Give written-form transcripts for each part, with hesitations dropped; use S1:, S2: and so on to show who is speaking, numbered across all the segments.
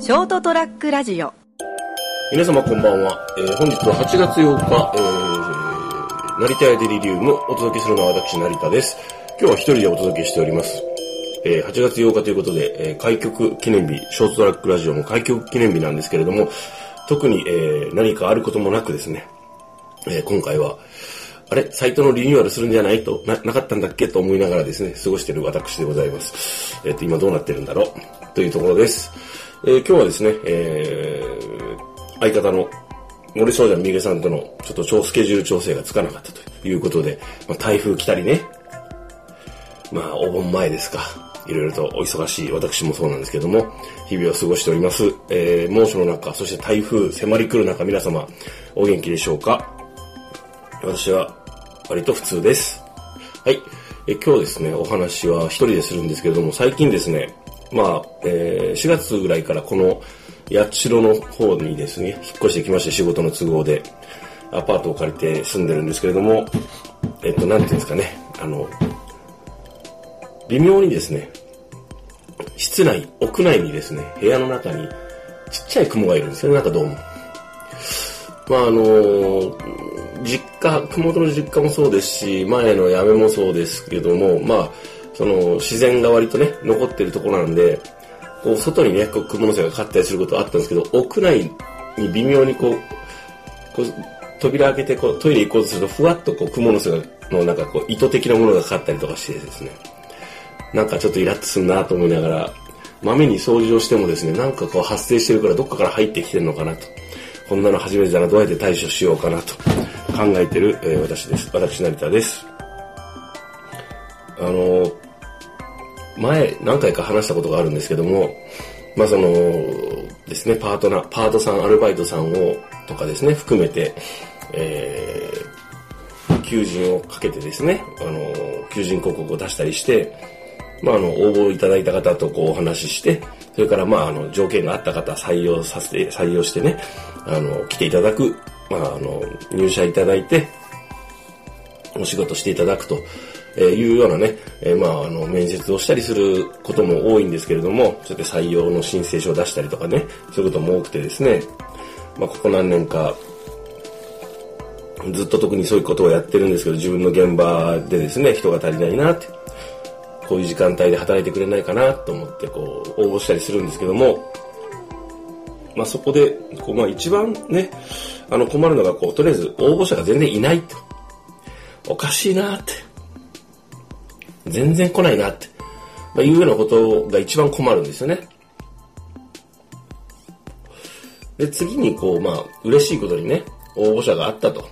S1: ショートトラックラジオ。
S2: 皆様こんばんは。本日は8月8日、成田屋デリリウムお届けするのは私成田です。今日は一人でお届けしております。8月8日ということで、開局記念日、ショートトラックラジオの開局記念日なんですけれども、特に、何かあることもなくですね、今回はサイトのリニューアルするんじゃないと なかったんだっけと思いながらですね、過ごしている私でございます。今どうなってるんだろうというところです。今日はですね、相方の森総者みげさんとのちょっとスケジュール調整がつかなかったということで、台風来たりね、お盆前ですか、いろいろとお忙しい私もそうなんですけども、日々を過ごしております。猛暑の中、そして台風迫り来る中、皆様お元気でしょうか？私は割と普通です。はい。今日ですね、お話は一人でするんですけれども、最近ですね、4月ぐらいからこの八代の方にですね、引っ越してきまして、仕事の都合でアパートを借りて住んでるんですけれども、なんていうんですかね、微妙にですね、屋内にですね、部屋の中にちっちゃい雲がいるんですよね、なんかどうも。熊本の実家もそうですし、前の八女もそうですけども、その自然が割とね、残ってるところなんで、こう外にね、雲の背がかかったりすることはあったんですけど、屋内に微妙にこう扉開けてトイレ行こうとすると、ふわっと雲の背のなんか糸的なものがかかったりとかしてですね、なんかちょっとイラッとするなと思いながら、まめに掃除をしてもですね、なんか発生してるからどっかから入ってきてるのかなと。こんなの初めてだな、どうやって対処しようかなと考えてる、私です。私成田です。前何回か話したことがあるんですけども、そのですね、パートさん、アルバイトさんをとかですね、含めて、求人をかけてですね、求人広告を出したりして、応募いただいた方とお話しして、それから条件があった方採用してね、来ていただく、入社いただいて、お仕事していただくというようなね、面接をしたりすることも多いんですけれども、そうやって採用の申請書を出したりとかね、そういうことも多くてですね、ここ何年か、ずっと特にそういうことをやってるんですけど、自分の現場でですね、人が足りないなって、こういう時間帯で働いてくれないかなと思って応募したりするんですけども、そこで一番ね、困るのがとりあえず応募者が全然いないと、おかしいなって、全然来ないなって、いうようなことが一番困るんですよね。で、次に嬉しいことにね、応募者があったと。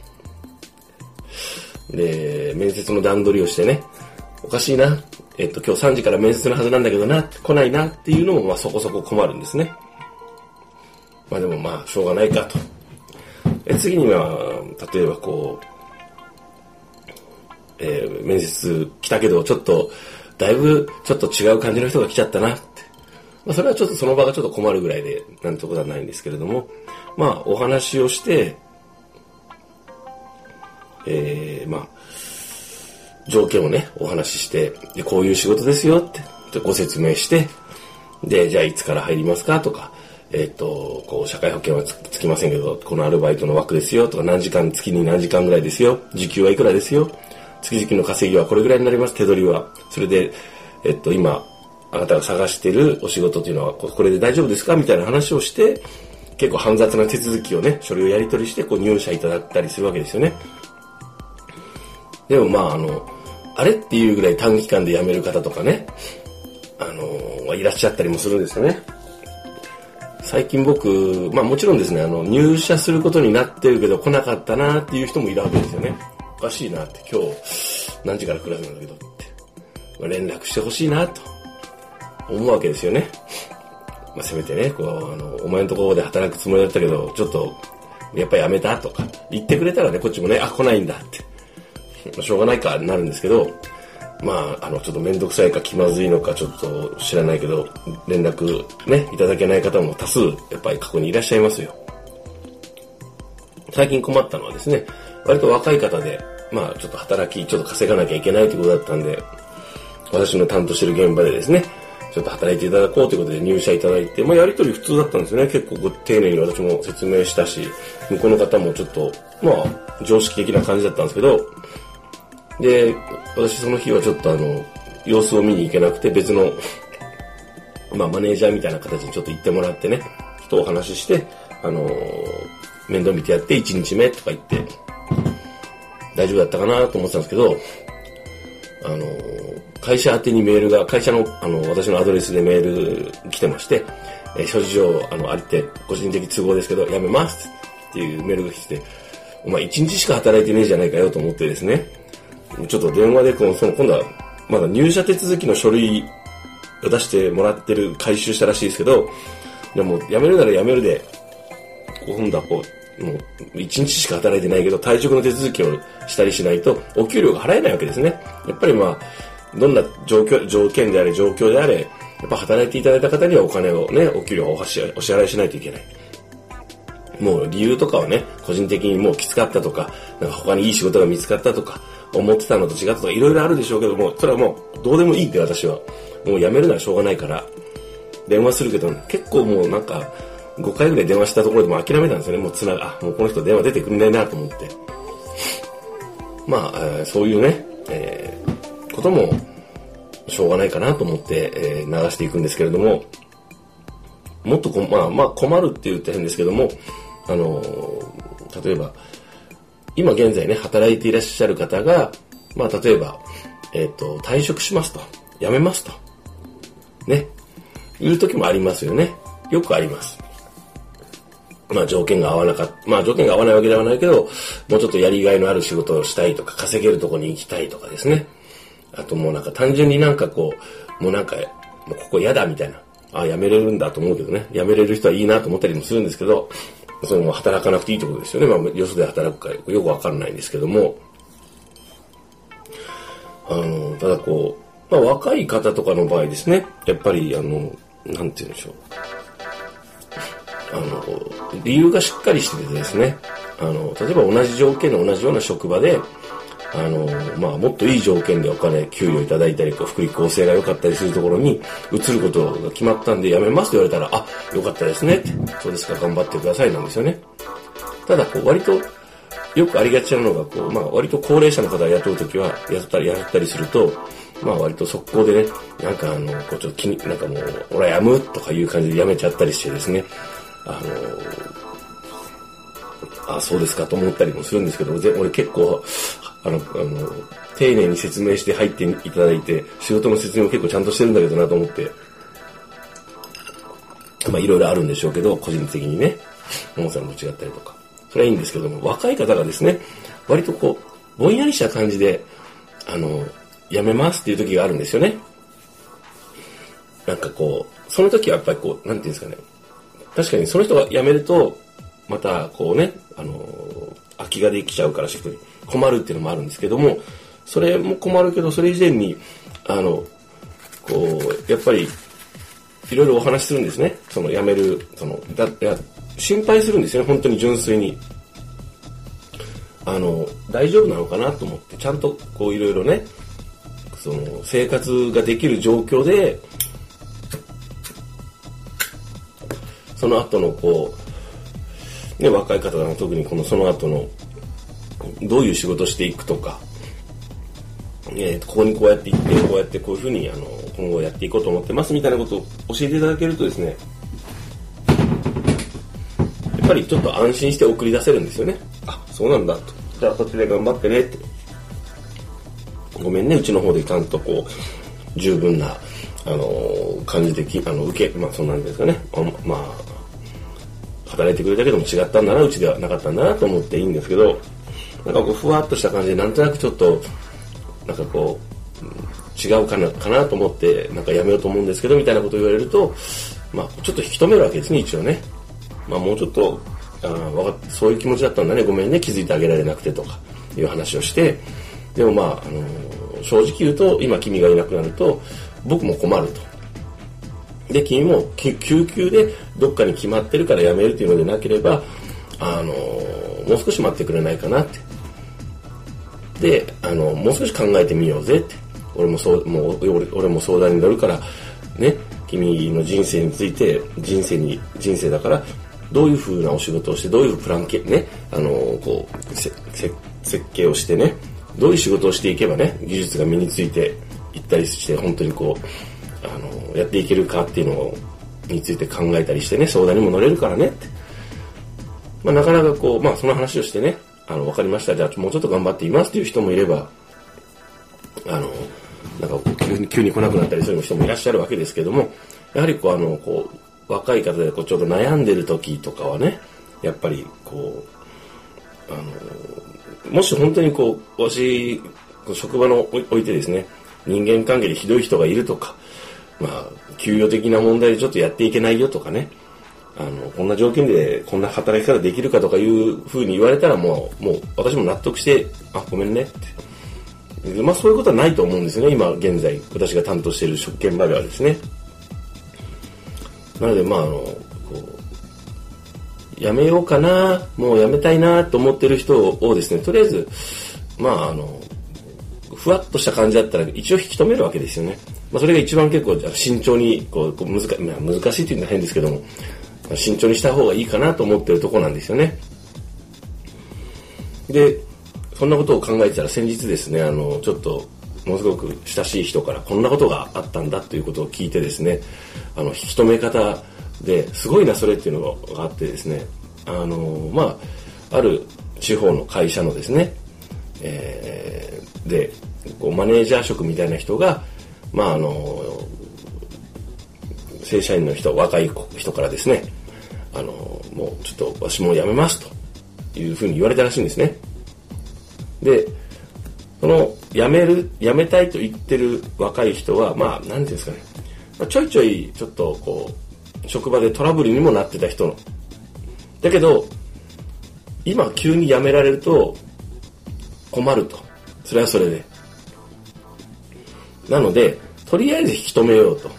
S2: で、面接の段取りをしてね、おかしいな、今日3時から面接のはずなんだけどな、来ないなっていうのもそこそこ困るんですね。でもしょうがないかと。次に例えば面接来たけど、だいぶちょっと違う感じの人が来ちゃったなって。それはちょっとその場がちょっと困るぐらいで、なんてことはないんですけれども、お話をして、条件をね、お話しして、で、こういう仕事ですよってご説明して、で、じゃあいつから入りますかとか、社会保険はつきませんけど、このアルバイトの枠ですよとか、月に何時間ぐらいですよ、時給はいくらですよ、月々の稼ぎはこれぐらいになります、手取りは。それで、今、あなたが探しているお仕事というのは、これで大丈夫ですかみたいな話をして、結構煩雑な手続きをね、書類をやり取りして、入社いただいたりするわけですよね。でもあれっていうぐらい短期間で辞める方とかね、いらっしゃったりもするんですよね。最近僕、もちろんですね、入社することになってるけど来なかったなっていう人もいるわけですよね。おかしいなって、今日何時から来るんだけどって、連絡してほしいなと思うわけですよね。せめてね、お前のところで働くつもりだったけど、ちょっとやっぱり辞めたとか言ってくれたらね、こっちもね、来ないんだって、しょうがないかになるんですけど、ちょっとめんどくさいか気まずいのかちょっと知らないけど、連絡ね、いただけない方も多数、やっぱり過去にいらっしゃいますよ。最近困ったのはですね、割と若い方で、ちょっと働き、ちょっと稼がなきゃいけないということだったんで、私の担当している現場でですね、 ちょっと働いていただこうということで入社いただいて、やりとり普通だったんですよね。結構丁寧に私も説明したし、向こうの方もちょっと、常識的な感じだったんですけど、で、私その日はちょっと様子を見に行けなくて、別の、マネージャーみたいな形にちょっと行ってもらってね、ちょっとお話しして、面倒見てやって1日目とか言って、大丈夫だったかなと思ってたんですけど、会社宛てにメールが、会社の、私のアドレスでメール来てまして、諸事情、ありて、個人的都合ですけど、辞めますっていうメールが来て、お前1日しか働いてねえじゃないかよと思ってですね、ちょっと電話で今度は、まだ入社手続きの書類を出してもらってる、回収したらしいですけど、でも辞めるなら辞めるで、今度はもう1日しか働いてないけど、退職の手続きをしたりしないと、お給料が払えないわけですね。やっぱりどんな条件であれ、状況であれ、やっぱ働いていただいた方にはお金をね、お給料をお支払いしないといけない。もう理由とかはね、個人的にもうきつかったとか、なんか他にいい仕事が見つかったとか、思ってたのと違ったとか、いろいろあるでしょうけども、それはもうどうでもいいって私は。もう辞めるならしょうがないから、電話するけど、結構もうなんか、5回ぐらい電話したところでも諦めたんですよね。もうこの人電話出てくんないなと思って。そういうね、ことも、しょうがないかなと思って、流していくんですけれども、もっと困るって言って変ですけども、例えば、今現在ね、働いていらっしゃる方が、例えば、退職しますと、辞めますと、ね、いう時もありますよね。よくあります。条件が合わなかった。条件が合わないわけではないけど、もうちょっとやりがいのある仕事をしたいとか、稼げるとこに行きたいとかですね。あともう単純にもうここ嫌だみたいな。辞めれるんだと思うけどね。辞めれる人はいいなと思ったりもするんですけど、働かなくていいってことですよね。よそで働くかよくわかんないんですけども。ただ若い方とかの場合ですね。やっぱり、なんて言うんでしょう。理由がしっかりしててですね。例えば同じ条件の同じような職場で、もっといい条件で給料いただいたり、福利厚生が良かったりするところに移ることが決まったんで辞めますと言われたら、良かったですねって、そうですか、頑張ってくださいなんですよね。ただ、割と、よくありがちなのが、割と高齢者の方を雇うときは、やったりすると、割と速攻でね、ちょっともう、俺は辞むとかいう感じで辞めちゃったりしてですね、そうですかと思ったりもするんですけど、俺結構、丁寧に説明して入っていただいて、仕事の説明も結構ちゃんとしてるんだけどなと思って、いろいろあるんでしょうけど、個人的にね、ももさんと違ったりとか。それはいいんですけども、若い方がですね、割とぼんやりした感じで、辞めますっていう時があるんですよね。その時はやっぱりなんていうんですかね、確かにその人が辞めると、また空きができちゃうからシフトに困るっていうのもあるんですけども、それも困るけど、それ以前に、やっぱり、いろいろお話しするんですね。辞める、心配するんですよね、本当に純粋に。大丈夫なのかなと思って、ちゃんといろいろね、生活ができる状況で、その後の若い方が特にその後のどういう仕事をしていくとか、ここにこうやって行ってこうやってこういうふうに今後やっていこうと思ってますみたいなことを教えていただけるとですね、やっぱりちょっと安心して送り出せるんですよね。そうなんだと。じゃあそっちで頑張ってねって。ごめんね、うちの方でちゃんと十分な感じでそうなんですかね。働いてくれたけども違ったんだな、うちではなかったんだなと思っていいんですけど、ふわっとした感じでなんとなくちょっと違うかなと思ってやめようと思うんですけどみたいなことを言われると、ちょっと引き止めるわけですね、一応ね。もうちょっとそういう気持ちだったんだね、ごめんね、気づいてあげられなくてとかいう話をして、でも正直言うと今君がいなくなると僕も困ると。で、君も救急でどっかに決まってるから辞めるっていうのでなければ、もう少し待ってくれないかなって。で、もう少し考えてみようぜって。俺も相談に乗るから、 ね、君の人生について、人生だからどういう風なお仕事をして、どういうプランね、こう設計をしてね、どういう仕事をしていけばね、技術が身についていったりして、本当にこうやっていけるかっていうのについて考えたりしてね、相談にも乗れるからねって、なかなかこう、その話をしてね、わかりました、じゃあもうちょっと頑張っていますっていう人もいれば、なんか急に来なくなったりする人もいらっしゃるわけですけども、やはりこう若い方でちょっと悩んでる時とかはね、やっぱりこうもし本当にこう職場のおいてですね、人間関係でひどい人がいるとか、給与的な問題でちょっとやっていけないよとかね、こんな条件でこんな働き方できるかとかいうふうに言われたらもう私も納得して、ごめんねって。そういうことはないと思うんですよね、今現在私が担当している現場ではですね。なのでやめようかな、もうやめたいなと思ってる人をですね、とりあえずふわっとした感じだったら一応引き止めるわけですよね。それが一番結構慎重に難しいっていうのは変ですけども、慎重にした方がいいかなと思ってるところなんですよね。で、そんなことを考えてたら先日ですね、ちょっとものすごく親しい人からこんなことがあったんだということを聞いてですね、引き止め方ですごいなそれっていうのがあってですね、ある地方の会社のですね、でマネージャー職みたいな人が正社員の人、若い人からですね、もうちょっと私も辞めますというふうに言われたらしいんですね。で、その辞めたいと言ってる若い人は何ていうんですかね、ちょいちょいちょっとこう職場でトラブルにもなってた人の、だけど今急に辞められると困ると、それはそれで、なのでとりあえず引き止めようと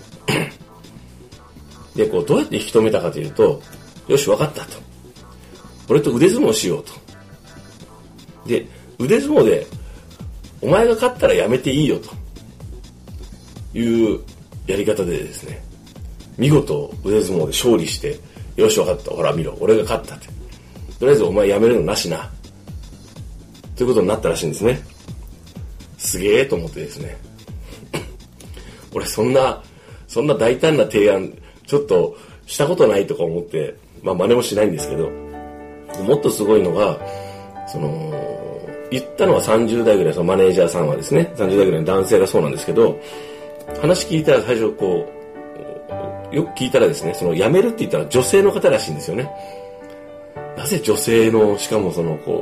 S2: で、どうやって引き止めたかというと、よし分かったと、俺と腕相撲しようと。で、腕相撲でお前が勝ったらやめていいよというやり方でですね、見事腕相撲で勝利して、よし分かった、ほら見ろ、俺が勝ったって、とりあえずお前やめるのなしなということになったらしいんですね。すげえと思ってですね俺そんな大胆な提案ちょっとしたことないとか思って、真似もしないんですけど、もっとすごいのが、言ったのは30代ぐらい、そのマネージャーさんはですね、30代ぐらいの男性がそうなんですけど、話聞いたら最初よく聞いたらですね、辞めるって言ったら女性の方らしいんですよね。なぜ女性の、しかも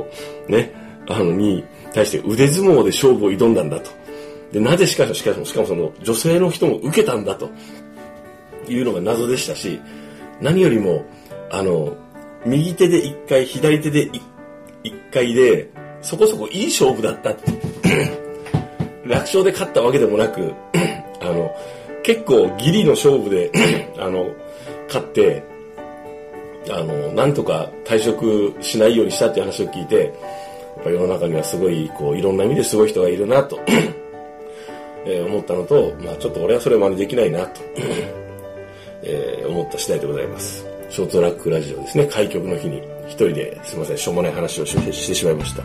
S2: に対して腕相撲で勝負を挑んだんだと。で、なぜしかもその女性の人も受けたんだというのが謎でしたし、何よりも右手で1回、左手で1回でそこそこいい勝負だったって楽勝で勝ったわけでもなく結構ギリの勝負で勝ってなんとか退職しないようにしたっていう話を聞いて、やっぱ世の中にはすごいいろんな意味ですごい人がいるなと思ったのと、ちょっと俺はそれ真似できないなと思った次第でございます。ショートトラックラジオですね、開局の日に一人ですいません、しょうもない話をしてしまいました。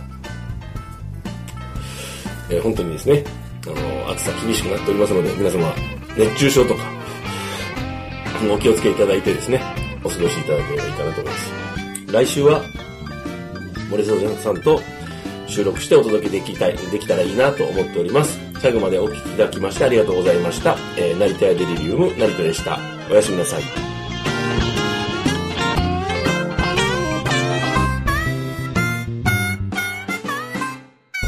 S2: 本当にですね、暑さ厳しくなっておりますので、皆様熱中症とかお気をつけいただいてですね、お過ごしいただければいいかなと思います。来週は森里さんと収録してお届けできたらいいなと思っております。最後までお聞きいただきましてありがとうございました。成田屋デリリウム成田でした。おやすみなさい。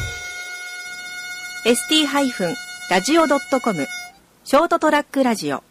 S1: ST-radio.com ショートトラックラジオ